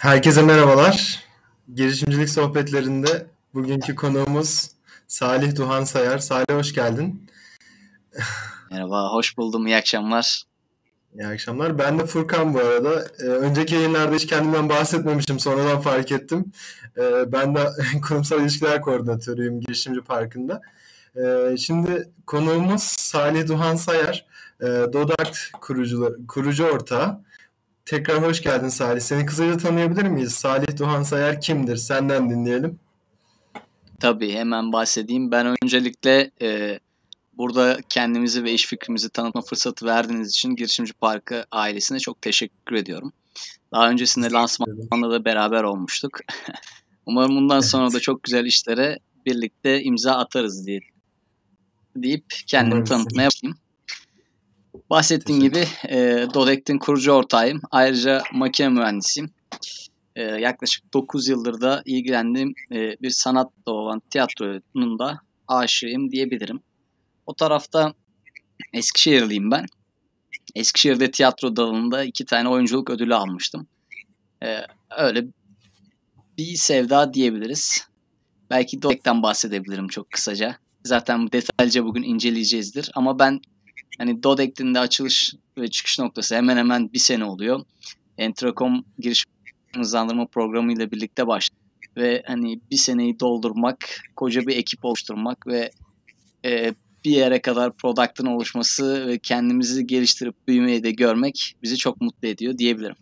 Herkese merhabalar. Girişimcilik sohbetlerinde bugünkü konuğumuz Salih Duhan Sayar. Salih hoş geldin. Merhaba, hoş buldum. İyi akşamlar. İyi akşamlar. Ben de Furkan bu arada. Önceki yayınlarda hiç kendimden bahsetmemişim. Sonradan fark ettim. Ben de kurumsal ilişkiler koordinatörüyüm Girişimci Parkı'nda. Şimdi konuğumuz Salih Duhan Sayar. Dodakt kurucu ortağı. Tekrar hoş geldin Salih. Seni kısaca tanıyabilir miyiz? Salih Duhan Sayar kimdir? Senden dinleyelim. Tabii hemen bahsedeyim. Ben öncelikle burada kendimizi ve iş fikrimizi tanıtma fırsatı verdiğiniz için Girişimci Parkı ailesine çok teşekkür ediyorum. Daha öncesinde lansmanda da beraber olmuştuk. Umarım bundan sonra da Evet. çok güzel işlere birlikte imza atarız deyip kendimi Umarız. tanıtmaya başlayayım. Bahsettiğim Teşekkür. gibi Dodekt'in kurucu ortağıyım. Ayrıca makine mühendisiyim. Yaklaşık 9 yıldır da ilgilendiğim bir sanatla olan tiyatronun da aşığıyım diyebilirim. O tarafta Eskişehirliyim ben. Eskişehir'de tiyatro dalında 2 tane oyunculuk ödülü almıştım. Öyle bir sevda diyebiliriz. Belki Dodect'ten bahsedebilirim çok kısaca. Zaten detaylıca bugün inceleyeceğizdir. Ama ben hani Dodect'in de açılış ve çıkış noktası hemen hemen bir sene oluyor. Entercom girişim hızlandırma programı ile birlikte başladı. Ve hani bir seneyi doldurmak, koca bir ekip oluşturmak ve bir yere kadar product'ın oluşması ve kendimizi geliştirip büyümeyi de görmek bizi çok mutlu ediyor diyebilirim.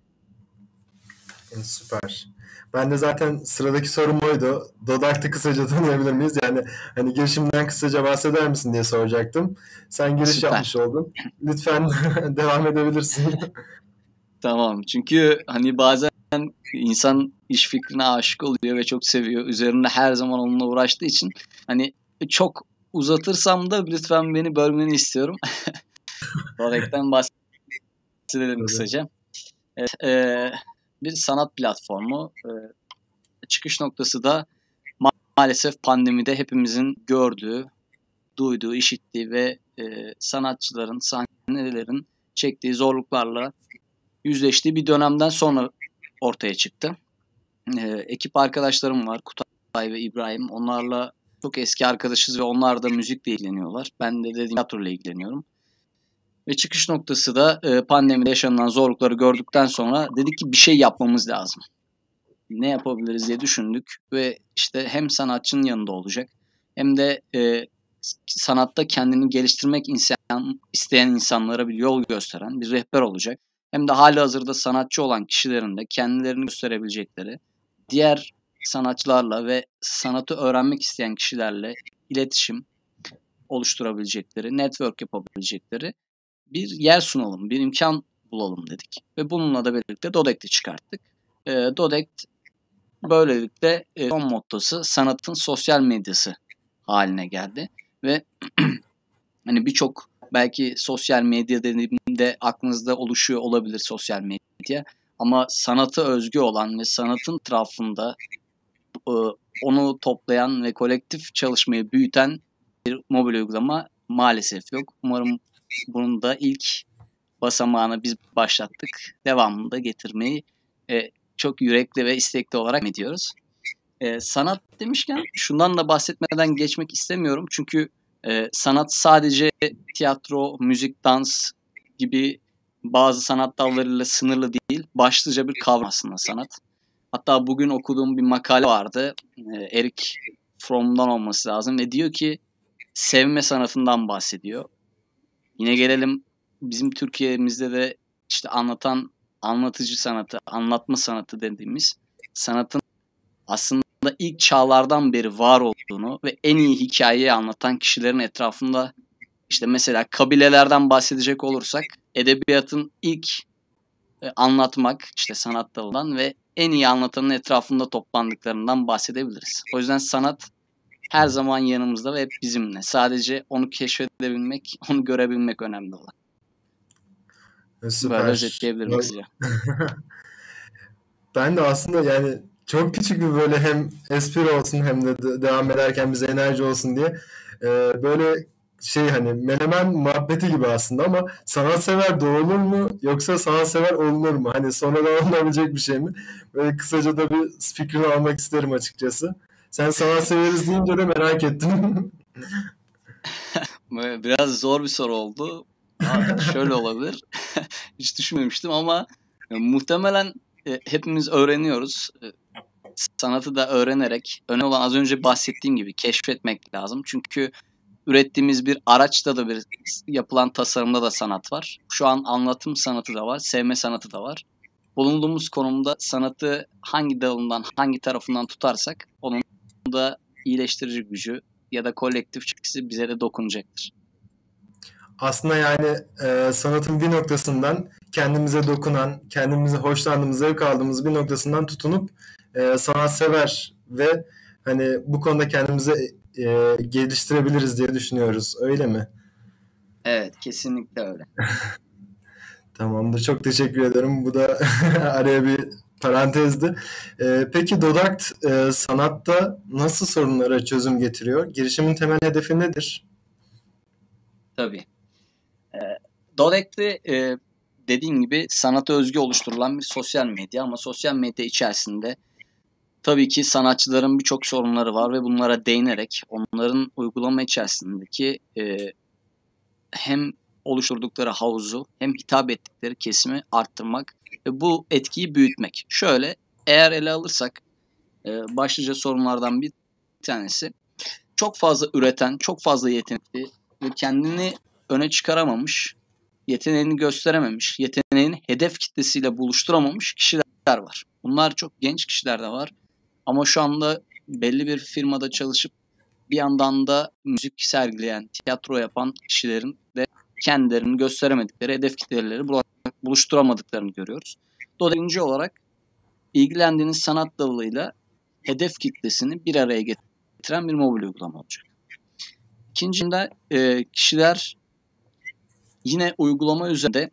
Süper. Ben de zaten sıradaki sorum oydu. Dodakt'ı kısaca tanıyabilir miyiz? Yani hani girişimden kısaca bahseder misin diye soracaktım. Sen giriş Süper. yapmış oldun. Lütfen devam edebilirsin. Tamam. Çünkü hani bazen insan iş fikrine aşık oluyor ve çok seviyor. Üzerinde her zaman onunla uğraştığı için hani çok uzatırsam da lütfen beni bölmeni istiyorum. Dodekt'ten bahsedelim Tabii. kısaca. Evet, bir sanat platformu. Çıkış noktası da maalesef pandemide hepimizin gördüğü, duyduğu, işittiği ve sanatçıların, sahnelerin çektiği zorluklarla yüzleştiği bir dönemden sonra ortaya çıktı. Ekip arkadaşlarım var, Kutay ve İbrahim. Onlarla çok eski arkadaşız ve onlar da müzikle ilgileniyorlar. Ben de dediğim tiyatroyla ilgileniyorum. Ve çıkış noktası da pandemide yaşanılan zorlukları gördükten sonra dedik ki bir şey yapmamız lazım. Ne yapabiliriz diye düşündük ve işte hem sanatçının yanında olacak hem de sanatta kendini geliştirmek isteyen insanlara bir yol gösteren bir rehber olacak. Hem de halihazırda sanatçı olan kişilerin de kendilerini gösterebilecekleri, diğer sanatçılarla ve sanatı öğrenmek isteyen kişilerle iletişim oluşturabilecekleri, network yapabilecekleri bir yer sunalım, bir imkan bulalım dedik. Ve bununla da birlikte Dodect'i çıkarttık. Dodect böylelikle son mottosu sanatın sosyal medyası haline geldi. Ve hani birçok belki sosyal medya dediğimde aklınızda oluşuyor olabilir sosyal medya. Ama sanatı özgü olan ve sanatın etrafında onu toplayan ve kolektif çalışmayı büyüten bir mobil uygulama maalesef yok. Umarım bunun da ilk basamağını biz başlattık. Devamını da getirmeyi çok yürekli ve istekli olarak ediyoruz. Sanat demişken şundan da bahsetmeden geçmek istemiyorum. Çünkü sanat sadece tiyatro, müzik, dans gibi bazı sanat dallarıyla sınırlı değil. Başlıca bir kavram aslında sanat. Hatta bugün okuduğum bir makale vardı. Eric Fromm'dan olması lazım ve diyor ki sevme sanatından bahsediyor. Yine gelelim bizim Türkiye'mizde de işte anlatıcı sanatı, anlatma sanatı dediğimiz sanatın aslında ilk çağlardan beri var olduğunu ve en iyi hikayeyi anlatan kişilerin etrafında işte mesela kabilelerden bahsedecek olursak edebiyatın ilk anlatmak işte sanatta olan ve en iyi anlatanın etrafında toplandıklarından bahsedebiliriz. O yüzden sanat her zaman yanımızda ve hep bizimle. Sadece onu keşfedebilmek, onu görebilmek önemli olan. Böyle Süper. özetleyebilirim kısaca. Ben de aslında yani çok küçük bir böyle hem espri olsun hem de devam ederken bize enerji olsun diye böyle hani menemen muhabbeti gibi aslında ama sanatsever doğulur mu yoksa sanatsever olunur mu? Hani sonradan olunabilecek bir şey mi? Böyle kısaca da bir fikrini almak isterim açıkçası. Sen sanatseveriz deyince de merak ettim. Böyle biraz zor bir soru oldu. Şöyle olabilir. Hiç düşünmemiştim ama muhtemelen hepimiz öğreniyoruz. Sanatı da öğrenerek, önemli olan az önce bahsettiğim gibi keşfetmek lazım. Çünkü ürettiğimiz bir araçta da bir yapılan tasarımda da sanat var. Şu an anlatım sanatı da var, sevme sanatı da var. Bulunduğumuz konumda sanatı hangi dalından, hangi tarafından tutarsak onun da iyileştirici gücü ya da kolektif çıktısı bize de dokunacaktır. Aslında yani sanatın bir noktasından kendimize dokunan, kendimize hoşlandığımız, zevk aldığımız bir noktasından tutunup sanatsever ve hani bu konuda kendimizi geliştirebiliriz diye düşünüyoruz. Öyle mi? Evet, kesinlikle öyle. Tamamdır. Çok teşekkür ederim. Bu da araya bir parantezdi. Peki Dodakt sanatta nasıl sorunlara çözüm getiriyor? Girişimin temel hedefi nedir? Tabii. Dodect'te dediğim gibi sanata özgü oluşturulan bir sosyal medya ama sosyal medya içerisinde tabii ki sanatçıların birçok sorunları var ve bunlara değinerek onların uygulama içerisindeki hem oluşturdukları havuzu hem hitap ettikleri kesimi arttırmak ve bu etkiyi büyütmek. Şöyle eğer ele alırsak başlıca sorunlardan bir tanesi çok fazla üreten, çok fazla yetenekli ve kendini öne çıkaramamış, yeteneğini gösterememiş, yeteneğini hedef kitlesiyle buluşturamamış kişiler var. Bunlar çok genç kişiler de var. Ama şu anda belli bir firmada çalışıp bir yandan da müzik sergileyen, tiyatro yapan kişilerin de kendilerini gösteremedikleri, hedef kitleleri buluşturamadıklarını görüyoruz. Dolayısıyla olarak ilgilendiğiniz sanat dalıyla hedef kitlesini bir araya getiren bir mobil uygulama olacak. İkincinde kişiler yine uygulama üzerinde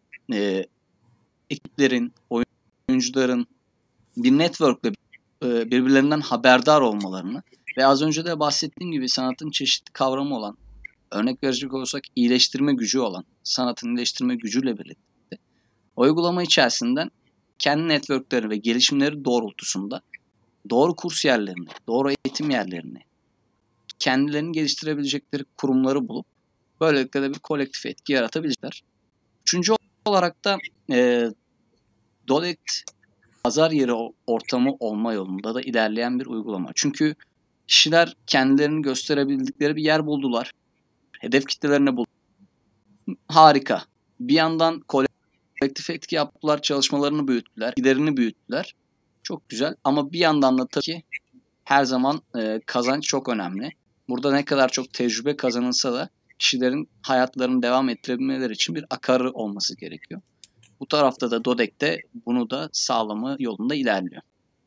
ekiplerin, oyuncuların bir network'le birbirlerinden haberdar olmalarını ve az önce de bahsettiğim gibi sanatın çeşitli kavramı olan, örnek verecek olursak iyileştirme gücü olan, sanatın iyileştirme gücüyle birlikte uygulama içerisinden kendi network'leri ve gelişimleri doğrultusunda doğru kurs yerlerini, doğru eğitim yerlerini, kendilerini geliştirebilecekleri kurumları bulup böylelikle de bir kolektif etki yaratabilecekler. Üçüncü olarak da Dodect pazar yeri ortamı olma yolunda da ilerleyen bir uygulama. Çünkü kişiler kendilerini gösterebildikleri bir yer buldular. Hedef kitlelerine buldular. Harika. Bir yandan kolektif etki yaptılar, çalışmalarını büyüttüler, giderini büyüttüler. Çok güzel ama bir yandan da tabii ki her zaman kazanç çok önemli. Burada ne kadar çok tecrübe kazanılsa da kişilerin hayatlarını devam ettirebilmeleri için bir akarı olması gerekiyor. Bu tarafta da Dodec'te bunu da sağlama yolunda ilerliyor.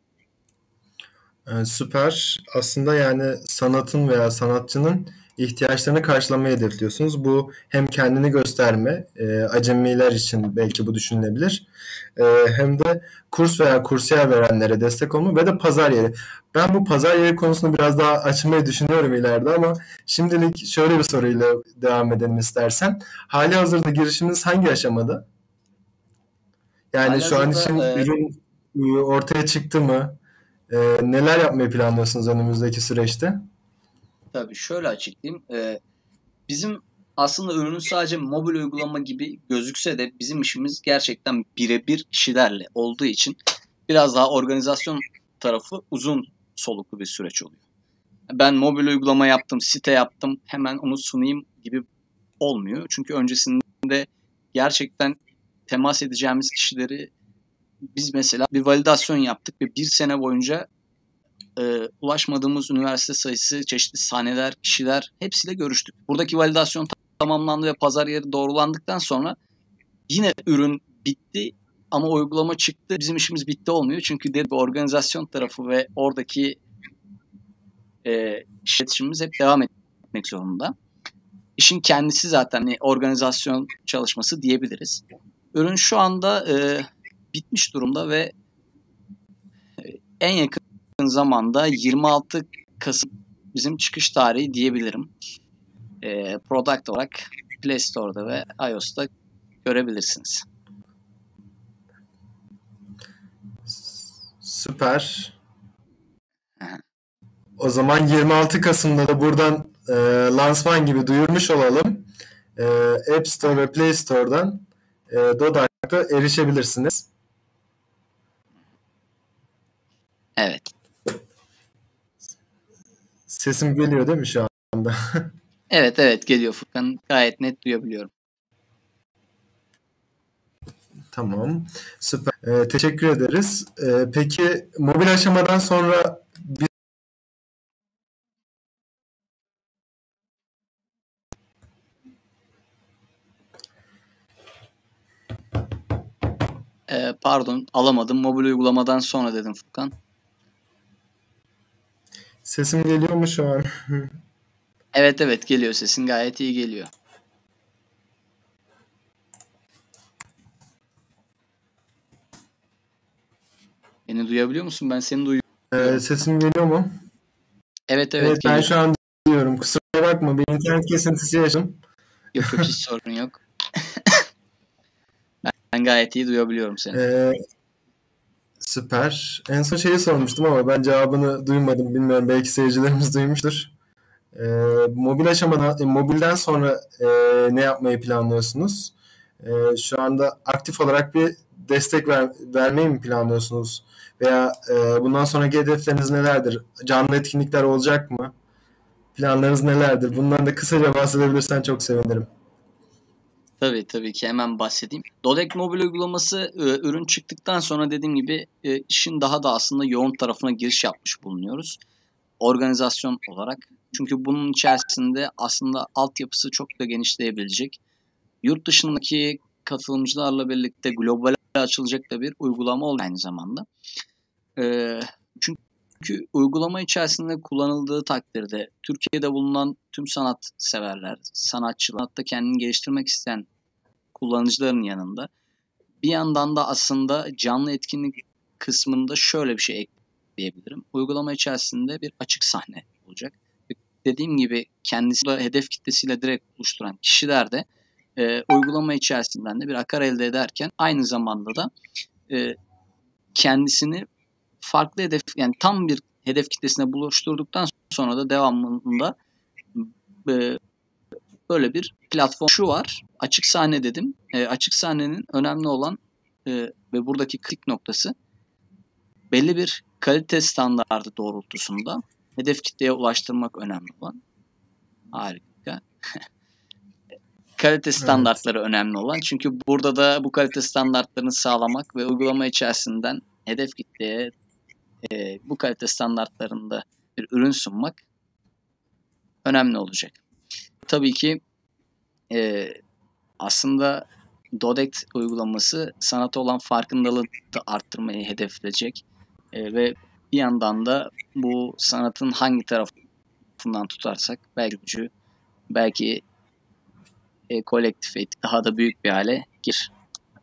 Süper. Aslında yani sanatın veya sanatçının ihtiyaçlarını karşılamayı hedefliyorsunuz. Bu hem kendini gösterme, acemiler için belki bu düşünülebilir. Hem de kurs veya kursiyer verenlere destek olma ve de pazar yeri. Ben bu pazar yeri konusunu biraz daha açmayı düşünüyorum ileride ama şimdilik şöyle bir soruyla devam edelim istersen. Hali hazırda girişiminiz hangi aşamada? Yani şu an için Halihazırda ürün ortaya çıktı mı? Neler yapmayı planlıyorsunuz önümüzdeki süreçte? tabii şöyle açıklayayım. Bizim aslında ürünün sadece mobil uygulama gibi gözükse de bizim işimiz gerçekten birebir kişilerle olduğu için biraz daha organizasyon tarafı uzun soluklu bir süreç oluyor. Ben mobil uygulama yaptım, site yaptım, hemen onu sunayım gibi olmuyor. Çünkü öncesinde gerçekten temas edeceğimiz kişileri biz mesela bir validasyon yaptık ve bir sene boyunca ulaşmadığımız üniversite sayısı, çeşitli sahneler, kişiler hepsiyle görüştük. Buradaki validasyon tamamlandı ve pazar yeri doğrulandıktan sonra yine ürün bitti ama uygulama çıktı. Bizim işimiz bitti olmuyor. Çünkü bir organizasyon tarafı ve oradaki iletişimimiz hep devam etmek zorunda. İşin kendisi zaten organizasyon çalışması diyebiliriz. Ürün şu anda bitmiş durumda ve en yakın zamanda 26 Kasım bizim çıkış tarihi diyebilirim. product olarak Play Store'da ve iOS'ta görebilirsiniz. Süper. O zaman 26 Kasım'da da buradan lansman gibi duyurmuş olalım. App Store ve Play Store'dan Dodak'ta erişebilirsiniz. Evet. Sesim geliyor değil mi şu anda? Evet geliyor Furkan. Gayet net duyabiliyorum. Tamam. Süper. Teşekkür ederiz. Peki mobil aşamadan sonra Pardon alamadım. Mobil uygulamadan sonra dedim Furkan. sesim geliyor mu şu an? Evet geliyor, sesin gayet iyi geliyor. Beni duyabiliyor musun? Ben seni duyuyorum. Sesim geliyor mu? Evet Evet, ben geliyor. şu an duyuyorum. Kusura bakma, bir internet kesintisi yaşadım. Yok hiç sorun yok. Ben gayet iyi duyabiliyorum seni. Süper. En son şeyi sormuştum ama ben cevabını duymadım. Bilmiyorum, belki seyircilerimiz duymuştur. Ee, mobilden sonra ne yapmayı planlıyorsunuz? Şu anda aktif olarak bir destek vermeyi mi planlıyorsunuz? Veya bundan sonraki hedefleriniz nelerdir? Canlı etkinlikler olacak mı? Planlarınız nelerdir? Bundan da kısaca bahsedebilirsen çok sevinirim. Tabii ki hemen bahsedeyim. Dodec mobil uygulaması ürün çıktıktan sonra dediğim gibi işin daha da aslında yoğun tarafına giriş yapmış bulunuyoruz. Organizasyon olarak. Çünkü bunun içerisinde aslında altyapısı çok da genişleyebilecek. Yurt dışındaki katılımcılarla birlikte globale açılacak da bir uygulama oldu aynı zamanda. Çünkü uygulama içerisinde kullanıldığı takdirde Türkiye'de bulunan tüm sanat severler, sanatçılar, hatta kendini geliştirmek isteyen kullanıcıların yanında bir yandan da aslında canlı etkinlik kısmında şöyle bir şey ekleyebilirim. Uygulama içerisinde bir açık sahne olacak. Dediğim gibi kendisi de hedef kitlesiyle direkt buluşturan kişiler de uygulama içerisinden de bir akar elde ederken aynı zamanda da kendisini farklı hedef, yani tam bir hedef kitlesine buluşturduktan sonra da devamında böyle bir platform şu var. Açık sahne dedim. Açık sahnenin önemli olan ve buradaki kritik noktası belli bir kalite standardı doğrultusunda hedef kitleye ulaştırmak önemli olan. Harika. Kalite standartları Evet. önemli olan. Çünkü burada da bu kalite standartlarını sağlamak ve uygulama içerisinden hedef kitleye bu kalite standartlarında bir ürün sunmak önemli olacak. Tabii ki aslında Dodect uygulaması sanata olan farkındalığı da arttırmayı hedefleyecek ve bir yandan da bu sanatın hangi tarafından tutarsak belki gücü, belki kolektif etik daha da büyük bir hale gelir.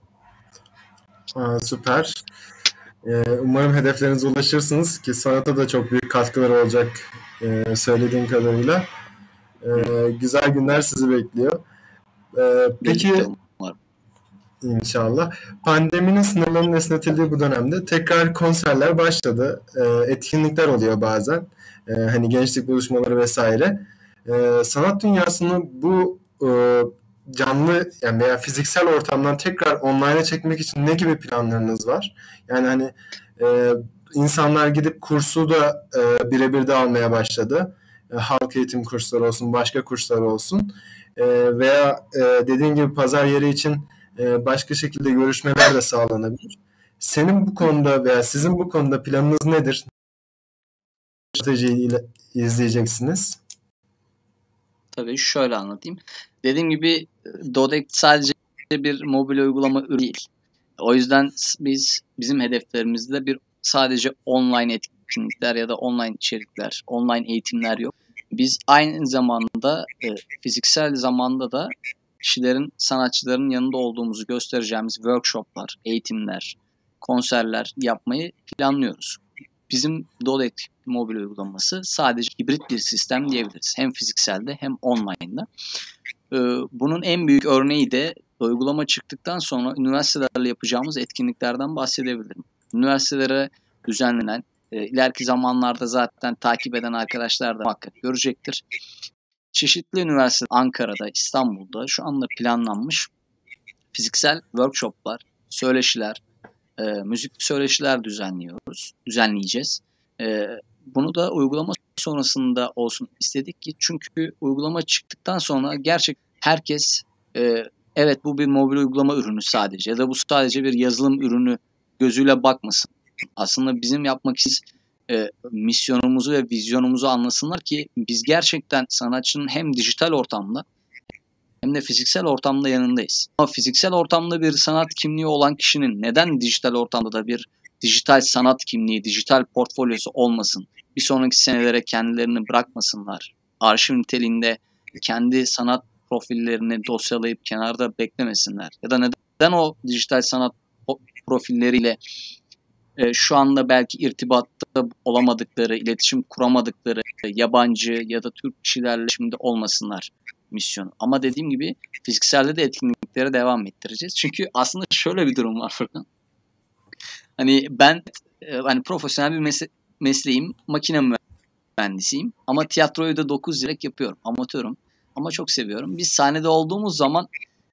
Süper. Umarım hedeflerinize ulaşırsınız ki sanata da çok büyük katkıları olacak söylediğin kadarıyla. Güzel günler sizi bekliyor. Birlikte Peki umarım. inşallah. Pandeminin sınırlarının esnetildiği bu dönemde tekrar konserler başladı. Etkinlikler oluyor bazen. Hani gençlik buluşmaları vesaire. Sanat dünyasını bu canlı yani veya fiziksel ortamdan tekrar online'a çekmek için ne gibi planlarınız var? Yani hani e, insanlar gidip kursu da birebir de almaya başladı. Halk eğitim kursları olsun, başka kurslar olsun. Veya dediğin gibi pazar yeri için başka şekilde görüşmeler de sağlanabilir. Senin bu konuda veya sizin bu konuda planınız nedir? Stratejiyle izleyeceksiniz. Tabii şöyle anlatayım. Dediğim gibi Dodec sadece bir mobil uygulama ürünü değil. O yüzden bizim hedeflerimizde bir sadece online etkinlikler ya da online içerikler, online eğitimler yok. Biz aynı zamanda fiziksel zamanda da kişilerin, sanatçıların yanında olduğumuzu göstereceğimiz workshoplar, eğitimler, konserler yapmayı planlıyoruz. bizim Dodec mobil uygulaması sadece hibrit bir sistem diyebiliriz. Hem fizikselde hem online'da. Bunun en büyük örneği de uygulama çıktıktan sonra üniversitelerle yapacağımız etkinliklerden bahsedebilirim. Üniversitelere düzenlenen, ileriki zamanlarda zaten takip eden arkadaşlar da muhakkak görecektir. Çeşitli üniversite Ankara'da, İstanbul'da şu anda planlanmış fiziksel workshoplar, söyleşiler, müzik söyleşiler düzenleyeceğiz. Bunu da uygulama sonrasında olsun istedik ki çünkü uygulama çıktıktan sonra gerçekten herkes evet bu bir mobil uygulama ürünü sadece ya da bu sadece bir yazılım ürünü gözüyle bakmasın. Aslında bizim yapmak istediğimiz misyonumuzu ve vizyonumuzu anlasınlar ki biz gerçekten sanatçının hem dijital ortamda hem de fiziksel ortamda yanındayız. Ama fiziksel ortamda bir sanat kimliği olan kişinin neden dijital ortamda da bir dijital sanat kimliği, dijital portfolyosu olmasın? Bir sonraki senelere kendilerini bırakmasınlar. Arşiv niteliğinde kendi sanat profillerini dosyalayıp kenarda beklemesinler. Ya da neden o dijital sanat profilleriyle şu anda belki irtibatta olamadıkları, iletişim kuramadıkları yabancı ya da Türk kişilerle şimdi olmasınlar misyonu. Ama dediğim gibi fizikselde de etkinliklere devam ettireceğiz. Çünkü aslında şöyle bir durum var Furkan. Hani ben profesyonel bir mesleğim, makine mühendisiyim. Ama tiyatroyu da 9 direkt yapıyorum. Amatörüm. Ama çok seviyorum. Biz sahnede olduğumuz zaman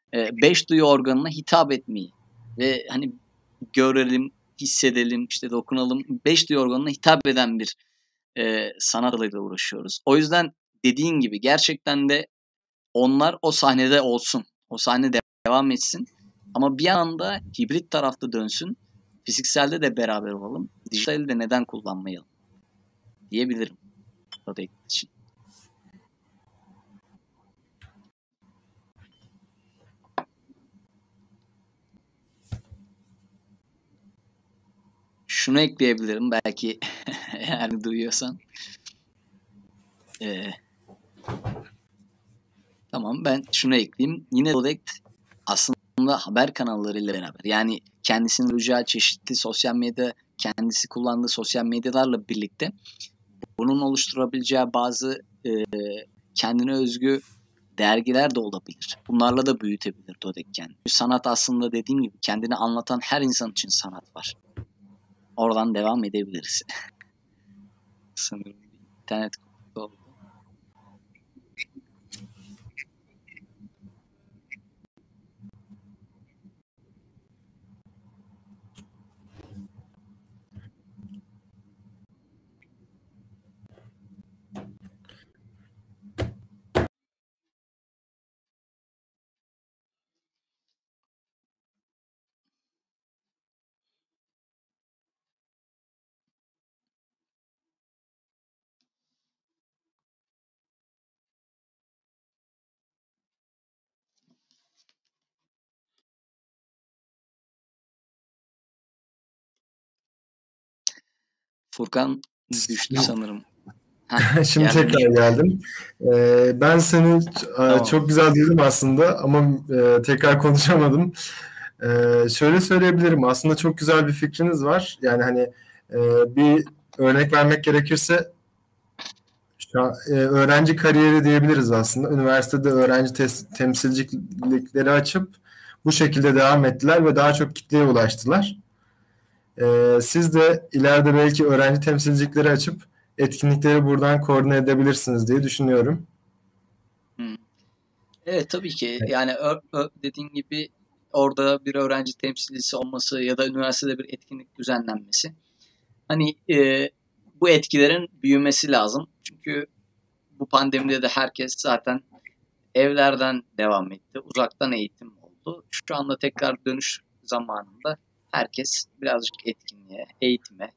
5 duyu organına hitap etmeyi ve hani görelim, hissedelim, işte dokunalım. 5 duyu organına hitap eden bir sanat dalıyla uğraşıyoruz. O yüzden dediğin gibi gerçekten de onlar o sahnede olsun. O sahne devam etsin. Ama bir anda hibrit tarafta dönsün. Fizikselde de beraber olalım. Dijitali de neden kullanmayalım diyebilirim. O da için. Şunu ekleyebilirim belki eğer duyuyorsan. Tamam ben şunu ekleyeyim. Yine Dodect aslında haber kanallarıyla beraber yani kendisinin olacağı çeşitli sosyal medya kendisi kullandığı sosyal medyalarla birlikte bunun oluşturabileceği bazı kendine özgü dergiler de olabilir. Bunlarla da büyütebilir Dodec kendini. Sanat aslında dediğim gibi kendini anlatan her insan için sanat var. Oradan devam edebiliriz. Sanırım internet oldu. Furkan düştü sanırım. Şimdi tekrar geldim. Ben seni çok güzel duydum aslında ama tekrar konuşamadım. Şöyle söyleyebilirim. Aslında çok güzel bir fikriniz var. Yani hani bir örnek vermek gerekirse öğrenci kariyeri diyebiliriz aslında. Üniversitede öğrenci temsilcilikleri açıp bu şekilde devam ettiler ve daha çok kitleye ulaştılar. Siz de ileride belki öğrenci temsilcilikleri açıp etkinlikleri buradan koordine edebilirsiniz diye düşünüyorum. Evet tabii ki yani dediğin gibi orada bir öğrenci temsilcisi olması ya da üniversitede bir etkinlik düzenlenmesi. Hani bu etkilerin büyümesi lazım. Çünkü bu pandemide de herkes zaten evlerden devam etti. Uzaktan eğitim oldu. Şu anda tekrar dönüş zamanında herkes birazcık etkinliğe, eğitime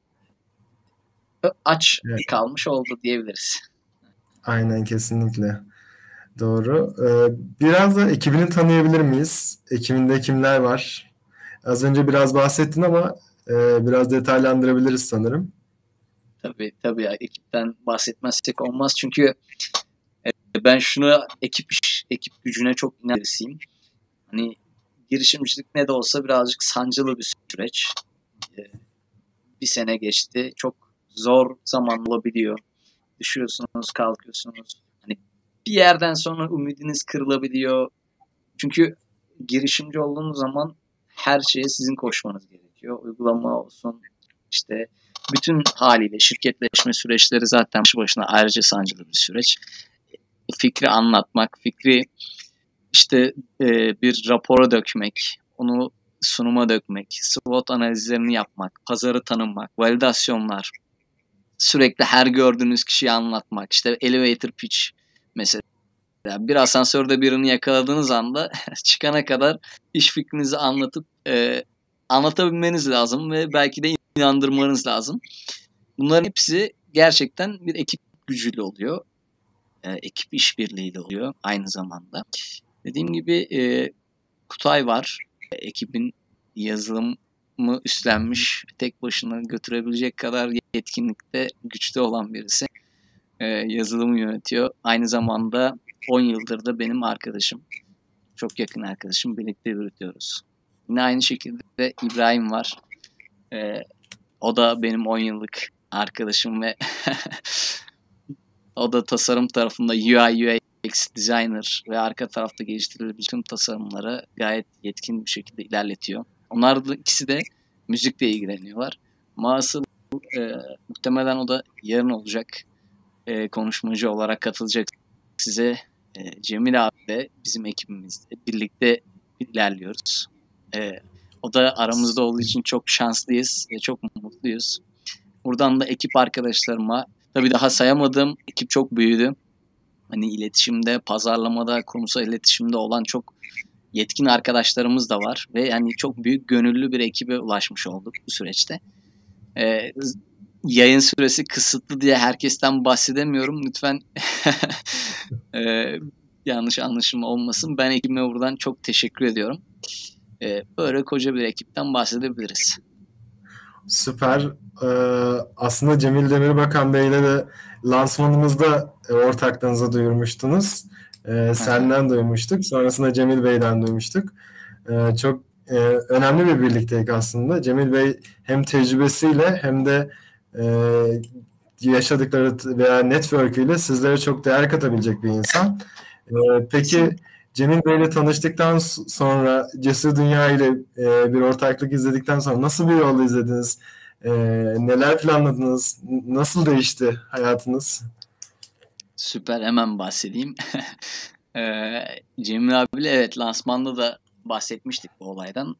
aç kalmış oldu diyebiliriz. Aynen kesinlikle. Doğru. Biraz da ekibini tanıyabilir miyiz? Ekibinde kimler var? Az önce biraz bahsettin ama biraz detaylandırabiliriz sanırım. Tabii ya, ekipten bahsetmezsek olmaz. Çünkü ben şunu ekip gücüne çok inanırsıyım. Hani girişimcilik ne de olsa birazcık sancılı bir süreç. Bir sene geçti. Çok zor zaman olabiliyor. Düşüyorsunuz, kalkıyorsunuz. Hani bir yerden sonra ümidiniz kırılabiliyor. Çünkü girişimci olduğunuz zaman her şeye sizin koşmanız gerekiyor. Uygulama olsun, işte bütün haliyle şirketleşme süreçleri zaten başlı başına ayrıca sancılı bir süreç. Fikri anlatmak, fikri işte bir rapora dökmek, onu sunuma dökmek, SWOT analizlerini yapmak, pazarı tanımak, validasyonlar, sürekli her gördüğünüz kişiyi anlatmak, işte elevator pitch mesela. Bir asansörde birini yakaladığınız anda çıkana kadar iş fikrinizi anlatıp anlatabilmeniz lazım ve belki de inandırmanız lazım. Bunların hepsi gerçekten bir ekip gücüyle oluyor. Ekip işbirliğiyle oluyor aynı zamanda. Dediğim gibi Kutay var. Ekibin yazılımı üstlenmiş, tek başına götürebilecek kadar yetkinlikte, güçte olan birisi. Yazılımı yönetiyor. Aynı zamanda 10 yıldır da benim arkadaşım. Çok yakın arkadaşım. Birlikte yürütüyoruz. Yine aynı şekilde İbrahim var. O da benim 10 yıllık arkadaşım ve o da tasarım tarafında UI UX designer ve arka tarafta geliştirilebilecek tüm tasarımları gayet yetkin bir şekilde ilerletiyor. Onlar da ikisi de müzikle ilgileniyorlar. Ama asıl muhtemelen o da yarın olacak. Konuşmacı olarak katılacak size. Cemil abi de bizim ekibimizde birlikte ilerliyoruz. O da aramızda olduğu için çok şanslıyız ve çok mutluyuz. Buradan da ekip arkadaşlarıma, tabii daha sayamadığım ekip çok büyüdü. Hani iletişimde, pazarlamada, kurumsal iletişimde olan çok yetkin arkadaşlarımız da var ve yani çok büyük gönüllü bir ekibe ulaşmış olduk bu süreçte. Yayın süresi kısıtlı diye herkesten bahsedemiyorum. Lütfen yanlış anlaşılma olmasın. Ben ekibime buradan çok teşekkür ediyorum. Böyle koca bir ekipten bahsedebiliriz. Süper. Aslında Cemil Demirbakan Bey'le de lansmanımızda ortaklığınızı duyurmuştunuz. Senden duymuştuk. Sonrasında Cemil Bey'den duymuştuk. Çok önemli bir birliktelik aslında. Cemil Bey hem tecrübesiyle hem de yaşadıkları veya network'üyle sizlere çok değer katabilecek bir insan. Peki Cemil Bey'le tanıştıktan sonra Cesur Dünya ile bir ortaklık izledikten sonra nasıl bir yol izlediniz? Neler planladınız? Nasıl değişti hayatınız? Süper, hemen bahsedeyim. Cemil abiyle evet lansmanda da bahsetmiştik bu olaydan.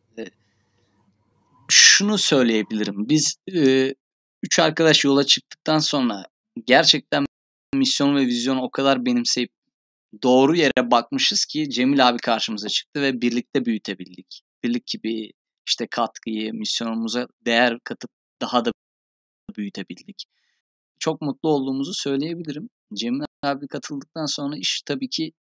Şunu söyleyebilirim. Biz 3 arkadaş yola çıktıktan sonra gerçekten misyon ve vizyonu o kadar benimseyip doğru yere bakmışız ki Cemil abi karşımıza çıktı ve birlikte büyütebildik. Birlik gibi işte katkıyı, misyonumuza değer katıp daha da büyütebildik. Çok mutlu olduğumuzu söyleyebilirim. Cemil abi katıldıktan sonra iş tabii ki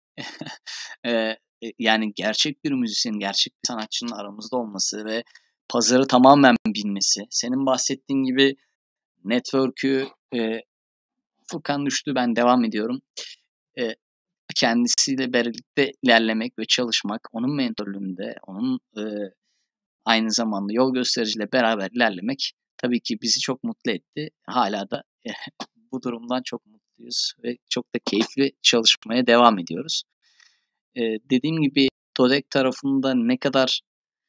yani gerçek bir müzisyenin, gerçek bir sanatçının aramızda olması ve pazarı tamamen bilmesi. Senin bahsettiğin gibi network'ü Furkan düştü, ben devam ediyorum. Kendisiyle birlikte ilerlemek ve çalışmak, onun mentorluğunda, onun aynı zamanda yol göstericiyle beraber ilerlemek tabii ki bizi çok mutlu etti. Hala da bu durumdan çok mutluyuz ve çok da keyifli çalışmaya devam ediyoruz. Dediğim gibi Todek tarafında ne kadar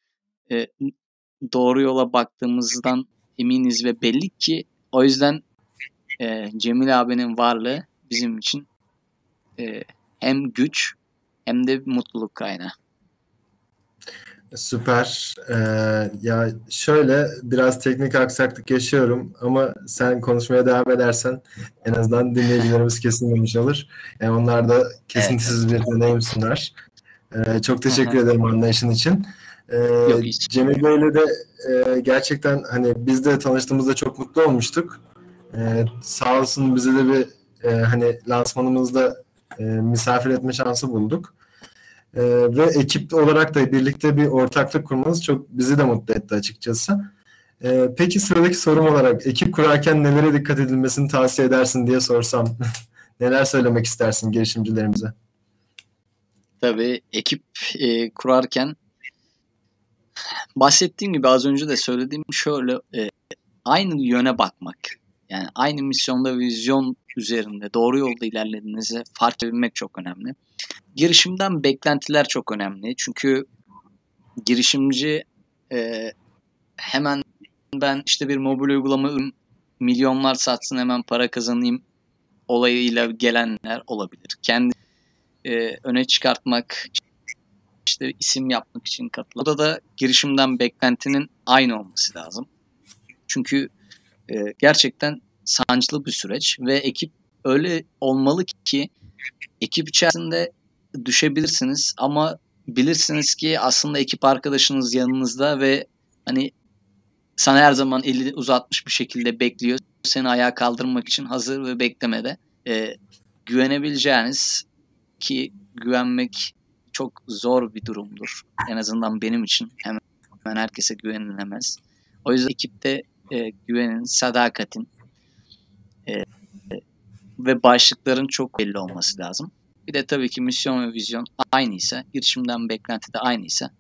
doğru yola baktığımızdan eminiz ve belli ki o yüzden Cemil abinin varlığı bizim için hem güç hem de mutluluk kaynağı. Süper. Ya şöyle biraz teknik aksaklık yaşıyorum ama sen konuşmaya devam edersen en azından dinleyicilerimiz kesinlemiş olur. Yani onlar da kesintisiz bir deneyim sunar. Çok teşekkür ederim anlayışın için. Yok hiç. Cemil Bey'le de gerçekten hani biz de tanıştığımızda çok mutlu olmuştuk. Sağ olsun bize de bir hani lansmanımızda misafir etme şansı bulduk. Ve ekip olarak da birlikte bir ortaklık kurmanız çok bizi de mutlu etti açıkçası. Peki sıradaki sorum olarak ekip kurarken nelere dikkat edilmesini tavsiye edersin diye sorsam neler söylemek istersin girişimcilerimize? Tabii ekip kurarken bahsettiğim gibi az önce de söylediğim şöyle aynı yöne bakmak. Yani aynı misyonda ve vizyon üzerinde doğru yolda ilerlediğinizi fark edebilmek çok önemli. Girişimden beklentiler çok önemli. Çünkü girişimci hemen ben işte bir mobil uygulama milyonlar satsın hemen para kazanayım olayıyla gelenler olabilir. Kendi öne çıkartmak, işte isim yapmak için katılan. Burada da girişimden beklentinin aynı olması lazım. Çünkü gerçekten sancılı bir süreç ve ekip öyle olmalı ki ekip içerisinde düşebilirsiniz ama bilirsiniz ki aslında ekip arkadaşınız yanınızda ve hani sana her zaman eli uzatmış bir şekilde bekliyor. Seni ayağa kaldırmak için hazır ve beklemede. Güvenebileceğiniz ki güvenmek çok zor bir durumdur. En azından benim için hemen herkese güvenilemez. O yüzden ekipte güvenin, sadakatin ve başlıkların çok belli olması lazım. Bir de tabii ki misyon ve vizyon aynıysa, girişimden beklenti de aynıysa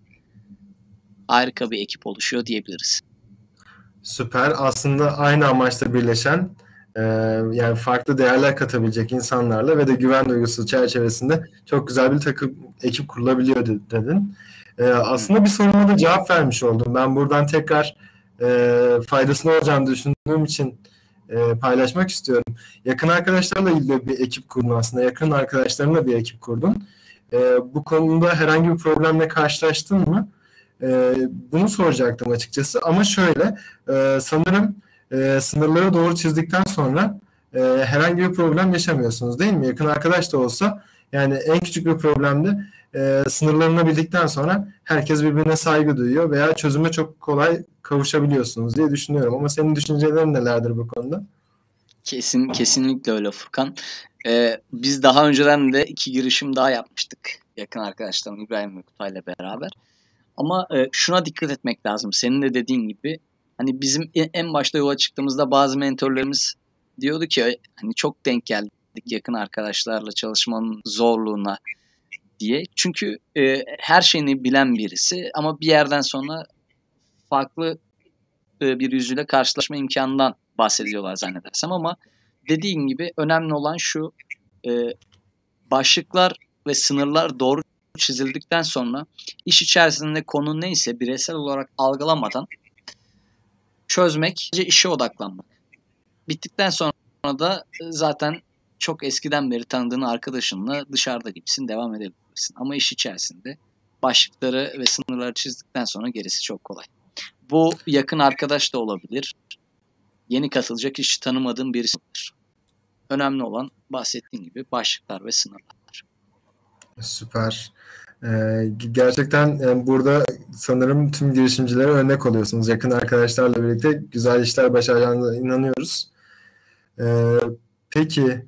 harika bir ekip oluşuyor diyebiliriz. Süper. Aslında aynı amaçla birleşen yani farklı değerler katabilecek insanlarla ve de güven duygusu çerçevesinde çok güzel bir takım ekip kurulabiliyor dedin. Aslında bir soruma da cevap vermiş oldum. Ben buradan tekrar faydasını olacağını düşündüğüm için paylaşmak istiyorum. Yakın arkadaşlarla ilgili bir ekip kurdun aslında. Yakın arkadaşlarımla bir ekip kurdun. Bu konuda herhangi bir problemle karşılaştın mı? Bunu soracaktım açıkçası. Ama şöyle, sanırım sınırları doğru çizdikten sonra herhangi bir problem yaşamıyorsunuz değil mi? Yakın arkadaş da olsa yani en küçük bir problemde sınırlarını bildikten sonra herkes birbirine saygı duyuyor veya çözüme çok kolay kavuşabiliyorsunuz diye düşünüyorum. Ama senin düşüncelerin nelerdir bu konuda? Kesinlikle öyle Furkan. Biz daha önceden de 2 girişim daha yapmıştık. Yakın arkadaşlarım İbrahim ve Kutay'la beraber. Ama şuna dikkat etmek lazım. Senin de dediğin gibi hani bizim en başta yola çıktığımızda bazı mentorlarımız diyordu ki hani çok denk geldik yakın arkadaşlarla çalışmanın zorluğuna diye. Çünkü her şeyini bilen birisi ama bir yerden sonra farklı bir yüzüyle karşılaşma imkanından bahsediyorlar zannedersem ama dediğin gibi önemli olan şu başlıklar ve sınırlar doğru çizildikten sonra iş içerisinde konu neyse bireysel olarak algılamadan çözmek, işe odaklanmak. Bittikten sonra da zaten çok eskiden beri tanıdığın arkadaşınla dışarıda gibisin devam edebilirsin. Ama iş içerisinde başlıkları ve sınırları çizdikten sonra gerisi çok kolay. Bu yakın arkadaş da olabilir. Yeni katılacak hiç tanımadığın birisi olabilir. Önemli olan bahsettiğim gibi başlıklar ve sınırlar. Süper. Gerçekten burada sanırım tüm girişimcilere örnek oluyorsunuz. Yakın arkadaşlarla birlikte güzel işler başaracağınıza inanıyoruz. Peki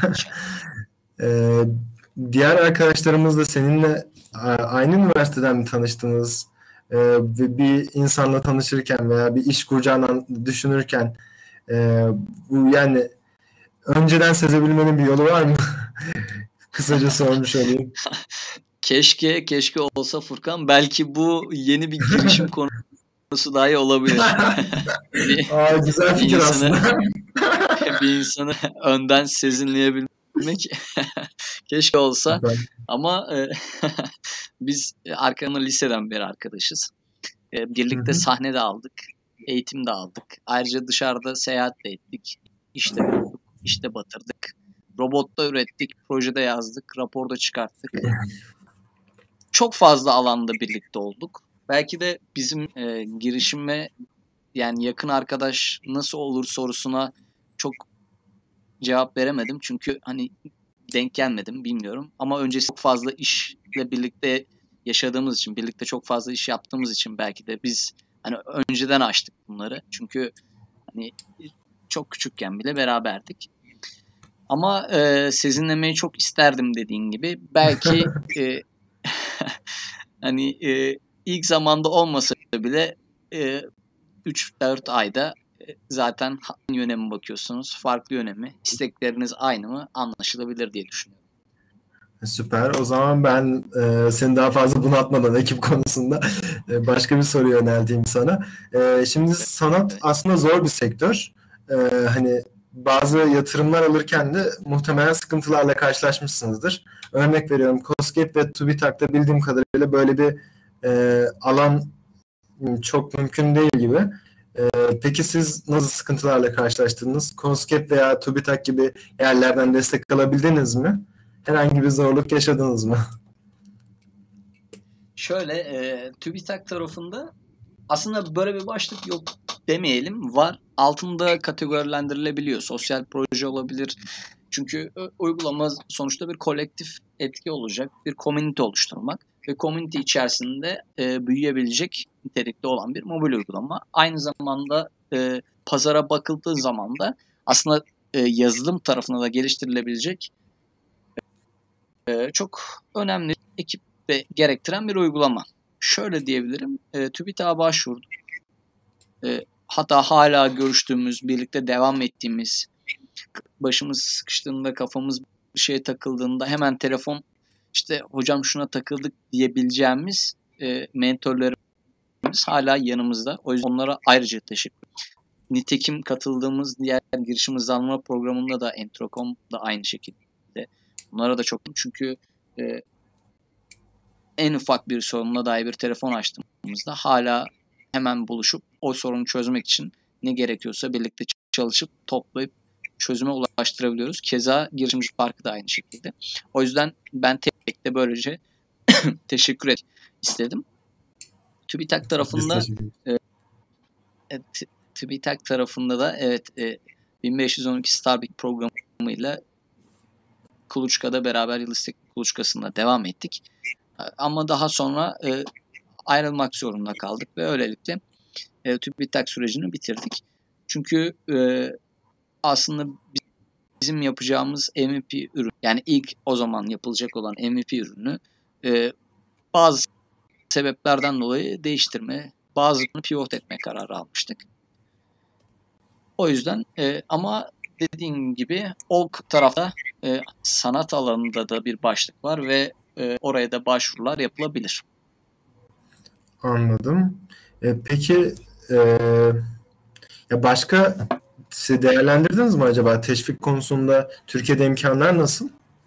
diğer arkadaşlarımız da seninle aynı üniversiteden mi tanıştınız? Ve bir insanla tanışırken veya bir iş kuracağını düşünürken bu yani önceden sezebilmenin bir yolu var mı? Kısaca sormuş olayım. Keşke olsa Furkan. Belki bu yeni bir girişim konusu dahi olabilir. Güzel fikir aslında. Bir insanı önden sezinleyebilmek keşke olsa. Ama biz arkadaşımla liseden beri arkadaşız. Birlikte sahne de aldık. Eğitim de aldık. Ayrıca dışarıda seyahat de ettik. İşte bulduk, işte batırdık. Robotta ürettik, projede yazdık, raporda çıkarttık. Çok fazla alanda birlikte olduk. Belki de bizim girişime yani yakın arkadaş nasıl olur sorusuna çok cevap veremedim. Çünkü hani denk gelmedim bilmiyorum. Ama öncesi çok fazla işle birlikte yaşadığımız için, birlikte çok fazla iş yaptığımız için belki de biz hani önceden açtık bunları. Çünkü hani çok küçükken bile beraberdik. Ama sezinlemeyi çok isterdim dediğin gibi. Belki hani ilk zamanda olmasa bile 3-4 ayda zaten hangi yöne mi bakıyorsunuz? Farklı yöne mi? İstekleriniz aynı mı? Anlaşılabilir diye düşünüyorum. Süper. O zaman ben seni daha fazla bunaltmadan ekip konusunda başka bir soru yönelteyim sana. Şimdi sanat aslında zor bir sektör. hani bazı yatırımlar alırken de muhtemelen sıkıntılarla karşılaşmışsınızdır. Örnek veriyorum, Coscape ve TÜBİTAK'ta bildiğim kadarıyla böyle bir alan çok mümkün değil gibi. Peki siz nasıl sıkıntılarla karşılaştınız? Coscape veya TÜBİTAK gibi yerlerden destek alabildiniz mi? Herhangi bir zorluk yaşadınız mı? Şöyle, TÜBİTAK tarafında aslında böyle bir başlık yok demeyelim. Var. Altında kategorilendirilebiliyor. Sosyal proje olabilir. Çünkü uygulama sonuçta bir kolektif etki olacak. Bir community oluşturmak. Ve community içerisinde büyüyebilecek nitelikte olan bir mobil uygulama. Aynı zamanda pazara bakıldığı zaman da aslında yazılım tarafına da geliştirilebilecek çok önemli ekip ve gerektiren bir uygulama. Şöyle diyebilirim. TÜBİTAK'a başvurdum. Hatta hala görüştüğümüz, birlikte devam ettiğimiz, başımız sıkıştığında, kafamız bir şeye takıldığında hemen telefon, işte hocam şuna takıldık diyebileceğimiz mentorlarımız hala yanımızda. O yüzden onlara ayrıca teşekkür ederim. Nitekim katıldığımız diğer girişim hızlandırma programında da Entrocom da aynı şekilde. Bunlara da çok, çünkü en ufak bir sorunla dair bir telefon açtığımızda hala hemen buluşup o sorunu çözmek için ne gerekiyorsa birlikte çalışıp toplayıp çözüme ulaştırabiliyoruz. Keza girişimci parkı da aynı şekilde. O yüzden ben tek de böylece teşekkür et istedim. TÜBİTAK tarafında TÜBİTAK tarafında da evet 1512 Starbik programıyla Kuluçka'da beraber Yıldız Teknik Kuluçkası'nda devam ettik. Ama daha sonra ayrılmak zorunda kaldık ve öylelikle TÜBİTAK sürecini bitirdik. Çünkü aslında bizim yapacağımız MVP ürün, yani ilk o zaman yapılacak olan MVP ürünü bazı sebeplerden dolayı değiştirme, bazılarını pivot etme kararı almıştık. O yüzden ama dediğim gibi o tarafta sanat alanında da bir başlık var ve oraya da başvurular yapılabilir. Anladım. Peki ya başka siz değerlendirdiniz mi acaba teşvik konusunda Türkiye'de imkanlar nasıl?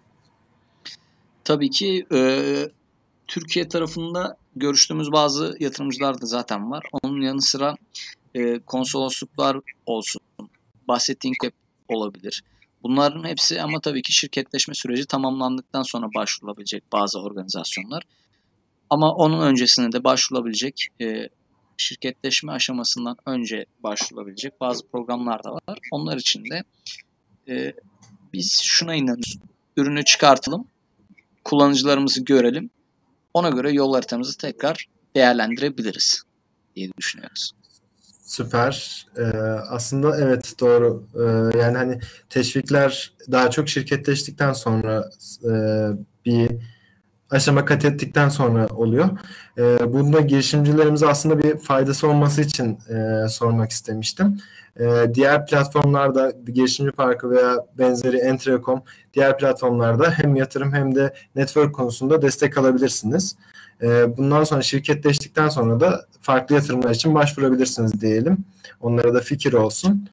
Tabii ki Türkiye tarafında görüştüğümüz bazı yatırımcılar da zaten var. Onun yanı sıra konsolosluklar olsun, bahsettiğin KEP olabilir. Bunların hepsi ama tabii ki şirketleşme süreci tamamlandıktan sonra başvurulabilecek bazı organizasyonlar. Ama onun öncesinde de başvurulabilecek, şirketleşme aşamasından önce başvurulabilecek bazı programlar da var. Onlar için de biz şuna inanıyoruz. Ürünü çıkartalım, kullanıcılarımızı görelim. Ona göre yol haritamızı tekrar değerlendirebiliriz diye düşünüyoruz. Süper. Aslında evet, doğru. Yani hani teşvikler daha çok şirketleştikten sonra bir aşama kat ettikten sonra oluyor. Bunda girişimcilerimize aslında bir faydası olması için sormak istemiştim. Diğer platformlarda girişimci parkı veya benzeri Entrecom, diğer platformlarda hem yatırım hem de network konusunda destek alabilirsiniz. Bundan sonra şirketleştikten sonra da farklı yatırımlar için başvurabilirsiniz diyelim. Onlara da fikir olsun.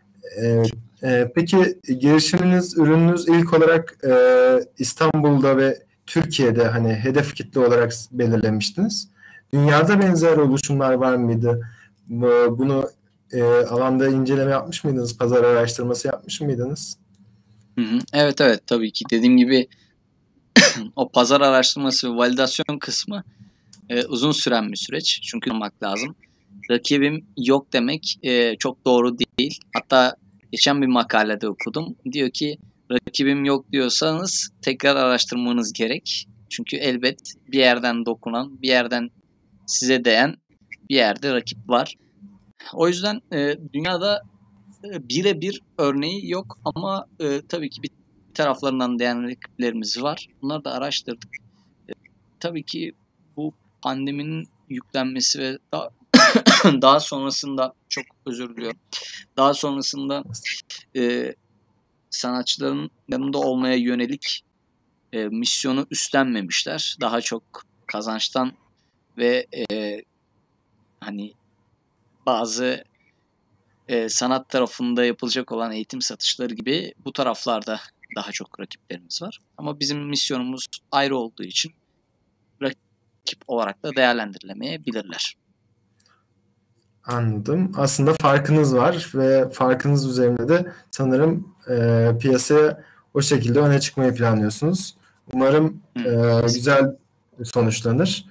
Peki girişiminiz, ürününüz ilk olarak İstanbul'da ve Türkiye'de hani hedef kitle olarak belirlemiştiniz. Dünyada benzer oluşumlar var mıydı? Bunu alanda inceleme yapmış mıydınız? Pazar araştırması yapmış mıydınız? Evet, evet, tabii ki dediğim gibi o pazar araştırması ve validasyon kısmı uzun süren bir süreç. Çünkü olmak lazım. Rakibim yok demek çok doğru değil. Hatta geçen bir makalede okudum. Diyor ki rakibim yok diyorsanız tekrar araştırmanız gerek. Çünkü elbet bir yerden dokunan, bir yerden size değen bir yerde rakip var. O yüzden dünyada birebir örneği yok ama tabii ki bir taraflarından değen rakiplerimiz var. Bunları da araştırdık. Tabii ki bu pandeminin yüklenmesi ve daha sonrasında, çok özür diliyorum, daha sonrasında sanatçıların yanında olmaya yönelik misyonu üstlenmemişler. Daha çok kazançtan ve hani bazı sanat tarafında yapılacak olan eğitim satışları gibi bu taraflarda daha çok rakiplerimiz var. Ama bizim misyonumuz ayrı olduğu için rakip olarak da değerlendirilemeyebilirler. Anladım. Aslında farkınız var ve farkınız üzerine de sanırım piyasaya o şekilde öne çıkmayı planlıyorsunuz. Umarım güzel sonuçlanır.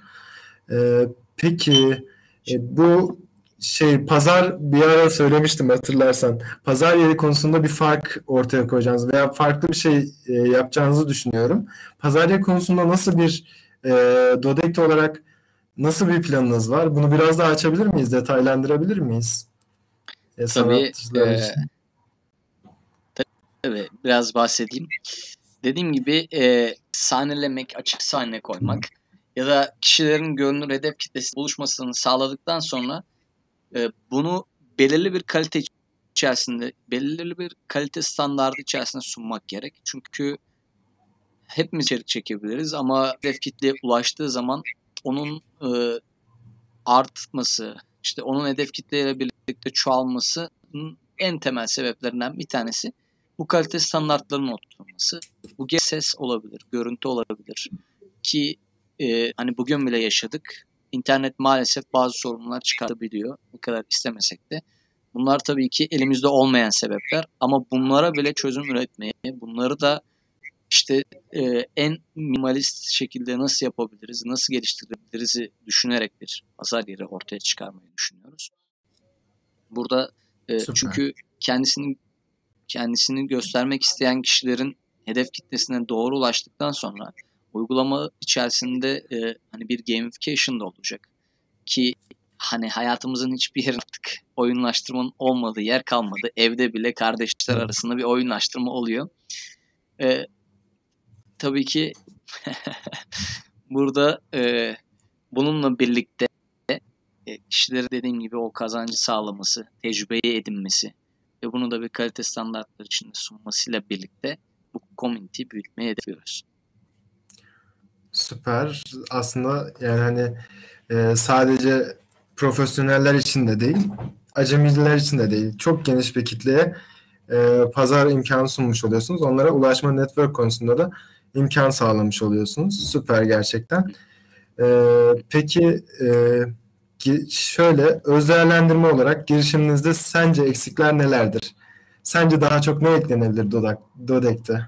Peki bu pazar bir ara söylemiştim hatırlarsan. Pazar yeri konusunda bir fark ortaya koyacağınızı veya farklı bir şey yapacağınızı düşünüyorum. Pazar yeri konusunda nasıl bir e, Dodecte olarak nasıl bir planınız var? Bunu biraz daha açabilir miyiz? Detaylandırabilir miyiz? Tabii, Sanatçılar için. tabii biraz bahsedeyim. Dediğim gibi sahnelemek, açık sahne koymak ya da kişilerin görünür hedef kitlesi buluşmasını sağladıktan sonra bunu belirli bir kalite içerisinde, belirli bir kalite standardı içerisinde sunmak gerek. Çünkü hepimiz içerik çekebiliriz ama hedef kitleye ulaştığı zaman onun artması, işte onun hedef kitleyle birlikte çoğalmasının en temel sebeplerinden bir tanesi bu kalite standartlarının oturtulması. Bu ses olabilir, görüntü olabilir ki hani bugün bile yaşadık. İnternet maalesef bazı sorunlar çıkartabiliyor. Ne kadar istemesek de. Bunlar tabii ki elimizde olmayan sebepler ama bunlara bile çözüm üretmeye, bunları da işte en minimalist şekilde nasıl yapabiliriz, nasıl geliştirebiliriz düşünerek bir pazar yeri ortaya çıkarmayı düşünüyoruz. Burada Süper. çünkü kendisini göstermek isteyen kişilerin hedef kitlesine doğru ulaştıktan sonra uygulama içerisinde hani bir gamification da olacak ki hani hayatımızın hiçbir yerinde artık oyunlaştırmanın olmadığı yer kalmadı. Evde bile kardeşler arasında bir oyunlaştırma oluyor. Tabii ki burada bununla birlikte kişileri dediğim gibi o kazancı sağlaması, tecrübeyi edinmesi ve bunu da bir kalite standartları içinde sunmasıyla birlikte bu community'yi büyütmeyi hedefliyoruz. Süper. Aslında yani hani sadece profesyoneller için de değil, acemiler için de değil. Çok geniş bir kitleye pazar imkanı sunmuş oluyorsunuz. Onlara ulaşma network konusunda da imkan sağlamış oluyorsunuz. Süper gerçekten. Peki şöyle öz değerlendirme olarak girişiminizde sence eksikler nelerdir? Sence daha çok ne eklenebilir Dodec'te?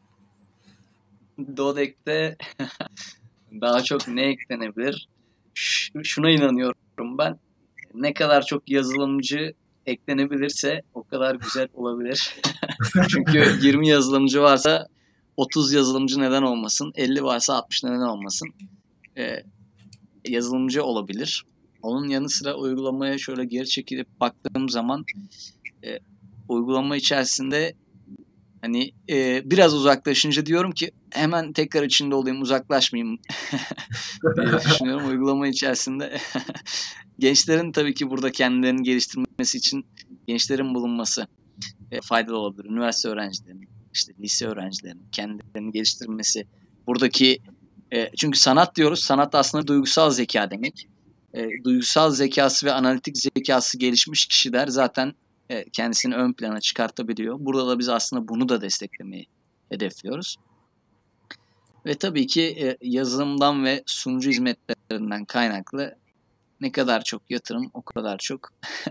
Dodec'te daha çok ne eklenebilir? Şuna inanıyorum ben. Ne kadar çok yazılımcı eklenebilirse o kadar güzel olabilir. Çünkü 20 yazılımcı varsa 30 yazılımcı neden olmasın? 50 varsa 60 neden olmasın? Yazılımcı olabilir. Onun yanı sıra uygulamaya şöyle geri çekilip baktığım zaman uygulama içerisinde hani biraz uzaklaşınca diyorum ki hemen tekrar içinde olayım, uzaklaşmayayım diye düşünüyorum. Uygulama içerisinde gençlerin tabii ki burada kendilerini geliştirmesi için gençlerin bulunması faydalı olabilir. Üniversite öğrencilerinin, işte lise öğrencilerinin kendilerini geliştirmesi. Buradaki çünkü sanat diyoruz. Sanat aslında duygusal zeka demek. Duygusal zekası ve analitik zekası gelişmiş kişiler zaten kendisini ön plana çıkartabiliyor. Burada da biz aslında bunu da desteklemeyi hedefliyoruz. Ve tabii ki yazılımdan ve sunucu hizmetlerinden kaynaklı ne kadar çok yatırım o kadar çok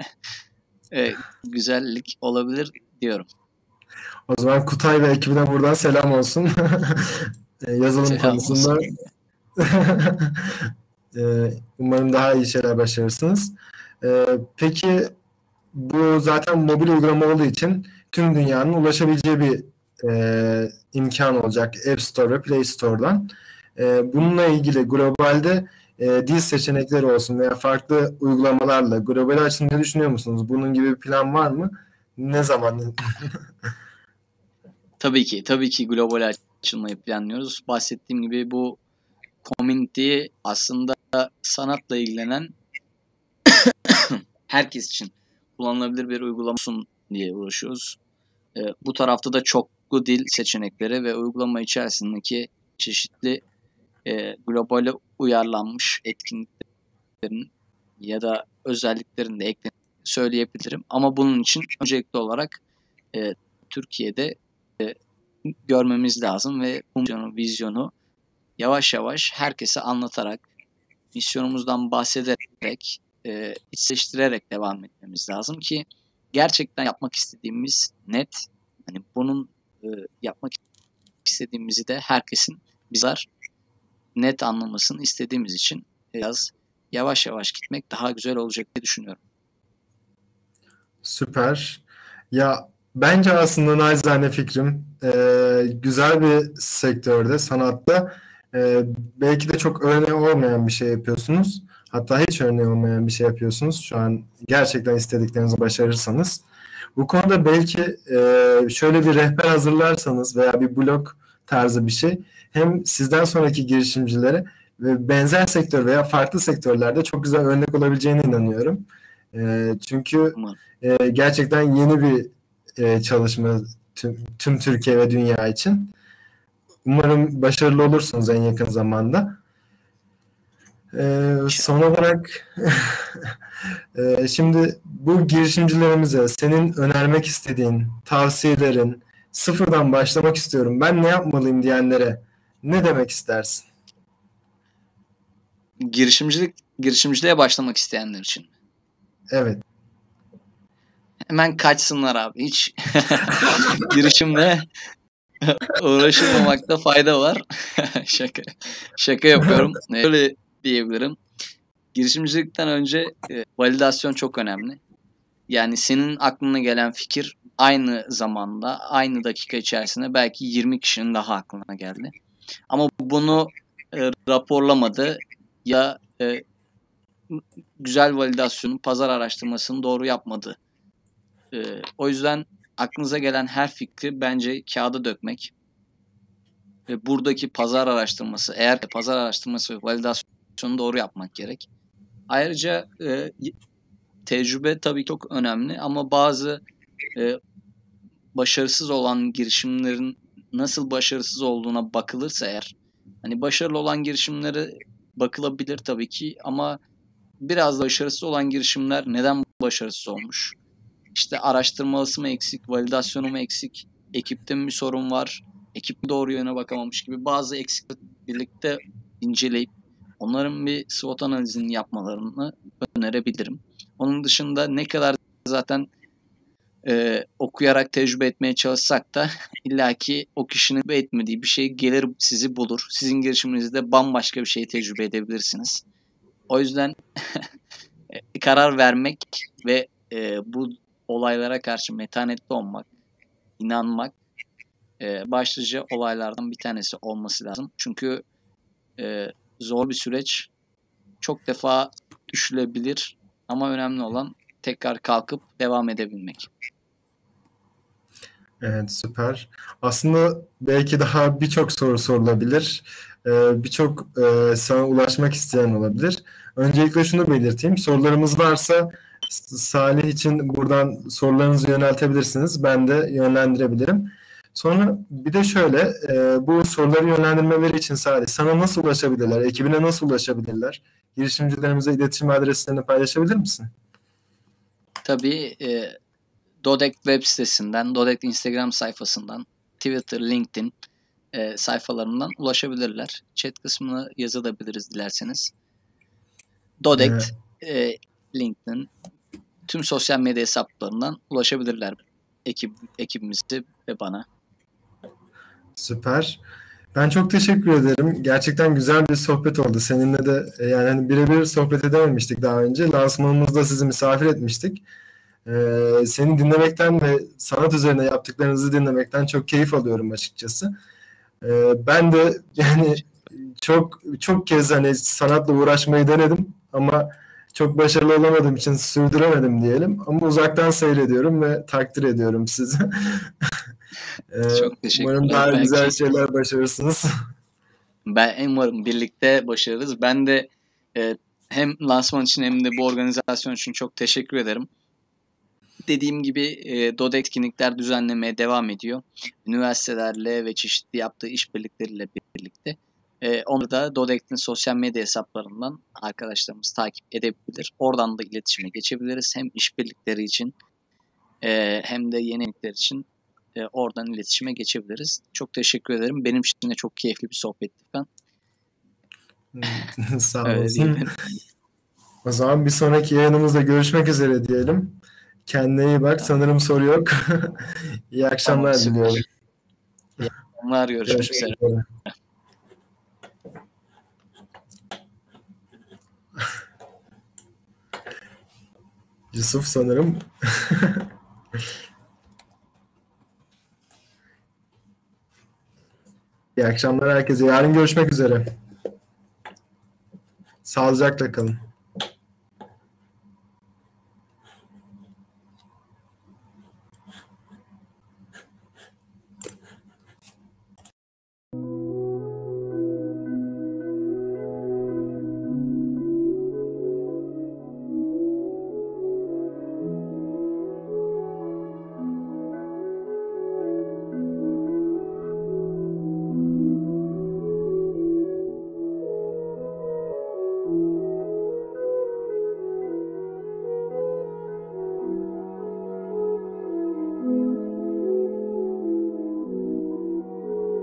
güzellik olabilir diyorum. O zaman Kutay ve ekibine buradan selam olsun. Yazılım Selam konusunda olsun. umarım daha iyi şeyler başarırsınız. Peki bu zaten mobil uygulama olduğu için tüm dünyanın ulaşabileceği bir imkan olacak App Store ve Play Store'dan. Bununla ilgili globalde dil seçenekleri olsun veya farklı uygulamalarla global açısından ne düşünüyor musunuz? Bunun gibi bir plan var mı? Ne zaman? Tabii ki global açılmayı planlıyoruz. Bahsettiğim gibi bu community aslında sanatla ilgilenen herkes için kullanılabilir bir uygulama olsun diye uğraşıyoruz. Bu tarafta da çoklu dil seçenekleri ve uygulama içerisindeki çeşitli globale uyarlanmış etkinliklerin ya da özelliklerin de eklenip söyleyebilirim. Ama bunun için öncelikli olarak Türkiye'de görmemiz lazım ve bu vizyonu yavaş yavaş herkese anlatarak, misyonumuzdan bahsederek, içselleştirerek devam etmemiz lazım ki gerçekten yapmak istediğimiz net. Hani bunun yapmak istediğimizi de herkesin bizler net anlamasını istediğimiz için biraz yavaş yavaş gitmek daha güzel olacak diye düşünüyorum. Süper. Ya bence aslında naçizane fikrim güzel bir sektörde, sanatta belki de çok örneği olmayan bir şey yapıyorsunuz. Hatta hiç örneği olmayan bir şey yapıyorsunuz. Şu an gerçekten istediklerinizi başarırsanız. Bu konuda belki şöyle bir rehber hazırlarsanız veya bir blog tarzı bir şey hem sizden sonraki girişimcilere ve benzer sektör veya farklı sektörlerde çok güzel örnek olabileceğine inanıyorum. Çünkü Umarım. gerçekten yeni bir çalışma tüm Türkiye ve dünya için. Umarım başarılı olursunuz en yakın zamanda. Son olarak şimdi bu girişimcilerimize senin önermek istediğin tavsiyelerin, sıfırdan başlamak istiyorum, ben ne yapmalıyım diyenlere ne demek istersin? Girişimciliğe başlamak isteyenler için. Evet. Hemen kaçsınlar abi. Hiç girişimle uğraşılmamakta fayda var. Şaka yapıyorum. Öyle diyebilirim. Girişimcilikten önce validasyon çok önemli. Yani senin aklına gelen fikir aynı zamanda, aynı dakika içerisinde belki 20 kişinin daha aklına geldi. Ama bunu raporlamadı ya güzel validasyonun, pazar araştırmasını doğru yapmadı. O yüzden aklınıza gelen her fikri bence kağıda dökmek ve buradaki pazar araştırması, eğer pazar araştırması ve validasyonu doğru yapmak gerek. Ayrıca tecrübe tabii çok önemli ama bazı başarısız olan girişimlerin nasıl başarısız olduğuna bakılırsa eğer, hani başarılı olan girişimlere bakılabilir tabii ki ama biraz da başarısız olan girişimler neden başarısız olmuş? İşte araştırması mı eksik, validasyonu mu eksik, ekipte mi bir sorun var, ekip mi doğru yöne bakamamış gibi bazı eksiklik birlikte inceleyip onların bir SWOT analizini yapmalarını önerebilirim. Onun dışında ne kadar zaten okuyarak tecrübe etmeye çalışsak da illaki o kişinin tecrübe etmediği bir şey gelir sizi bulur. Sizin girişiminizde bambaşka bir şey tecrübe edebilirsiniz. O yüzden karar vermek ve bu olaylara karşı metanetli olmak, inanmak başlıca olaylardan bir tanesi olması lazım. Çünkü zor bir süreç, çok defa düşülebilir ama önemli olan tekrar kalkıp devam edebilmek. Evet, süper. Aslında belki daha birçok soru sorulabilir. Birçok sana ulaşmak isteyen olabilir. Öncelikle şunu belirteyim. Sorularımız varsa Salih için buradan sorularınızı yöneltebilirsiniz. Ben de yönlendirebilirim. Sonra bir de şöyle, bu soruları yönlendirmeleri için Salih, sana nasıl ulaşabilirler? Ekibine nasıl ulaşabilirler? Girişimcilerimize iletişim adreslerini paylaşabilir misin? Tabii Dodect web sitesinden, Dodect Instagram sayfasından, Twitter, LinkedIn sayfalarından ulaşabilirler. Chat kısmına yazabiliriz dilerseniz. Dodect, LinkedIn, tüm sosyal medya hesaplarından ulaşabilirler ekibimizi ve bana. Süper. Ben çok teşekkür ederim. Gerçekten güzel bir sohbet oldu. Seninle de yani hani birebir sohbet edememiştik daha önce. Lansmanımızda sizi misafir etmiştik. Seni dinlemekten ve sanat üzerine yaptıklarınızı dinlemekten çok keyif alıyorum açıkçası. Ben de yani çok kez hani sanatla uğraşmayı denedim ama çok başarılı olamadığım için sürdüremedim diyelim. Ama uzaktan seyrediyorum ve takdir ediyorum sizi. Çok Umarım teşekkürler. daha güzel Belki şeyler başarırsınız. ben umarım birlikte başarırız. Ben de hem lansman için hem de bu organizasyon için çok teşekkür ederim. Dediğim gibi DOD etkinlikler düzenlemeye devam ediyor. Üniversitelerle ve çeşitli yaptığı işbirlikleriyle birlikte. Onu da Dodect'in sosyal medya hesaplarından arkadaşlarımız takip edebilir. Oradan da iletişime geçebiliriz. Hem işbirlikleri için hem de yenilikler için oradan iletişime geçebiliriz. Çok teşekkür ederim. Benim için de çok keyifli bir sohbetti ben. Sağ Öyle olasın. diyelim. O zaman bir sonraki yayınımızda görüşmek üzere diyelim. Kendine iyi bak. Sanırım soru yok. İyi akşamlar Tamam, süper. diliyorum. İyi akşamlar. Görüşmek üzere. Görüşmek üzere. Yusuf sanırım. İyi akşamlar herkese. Yarın görüşmek üzere. Sağlıcakla kalın.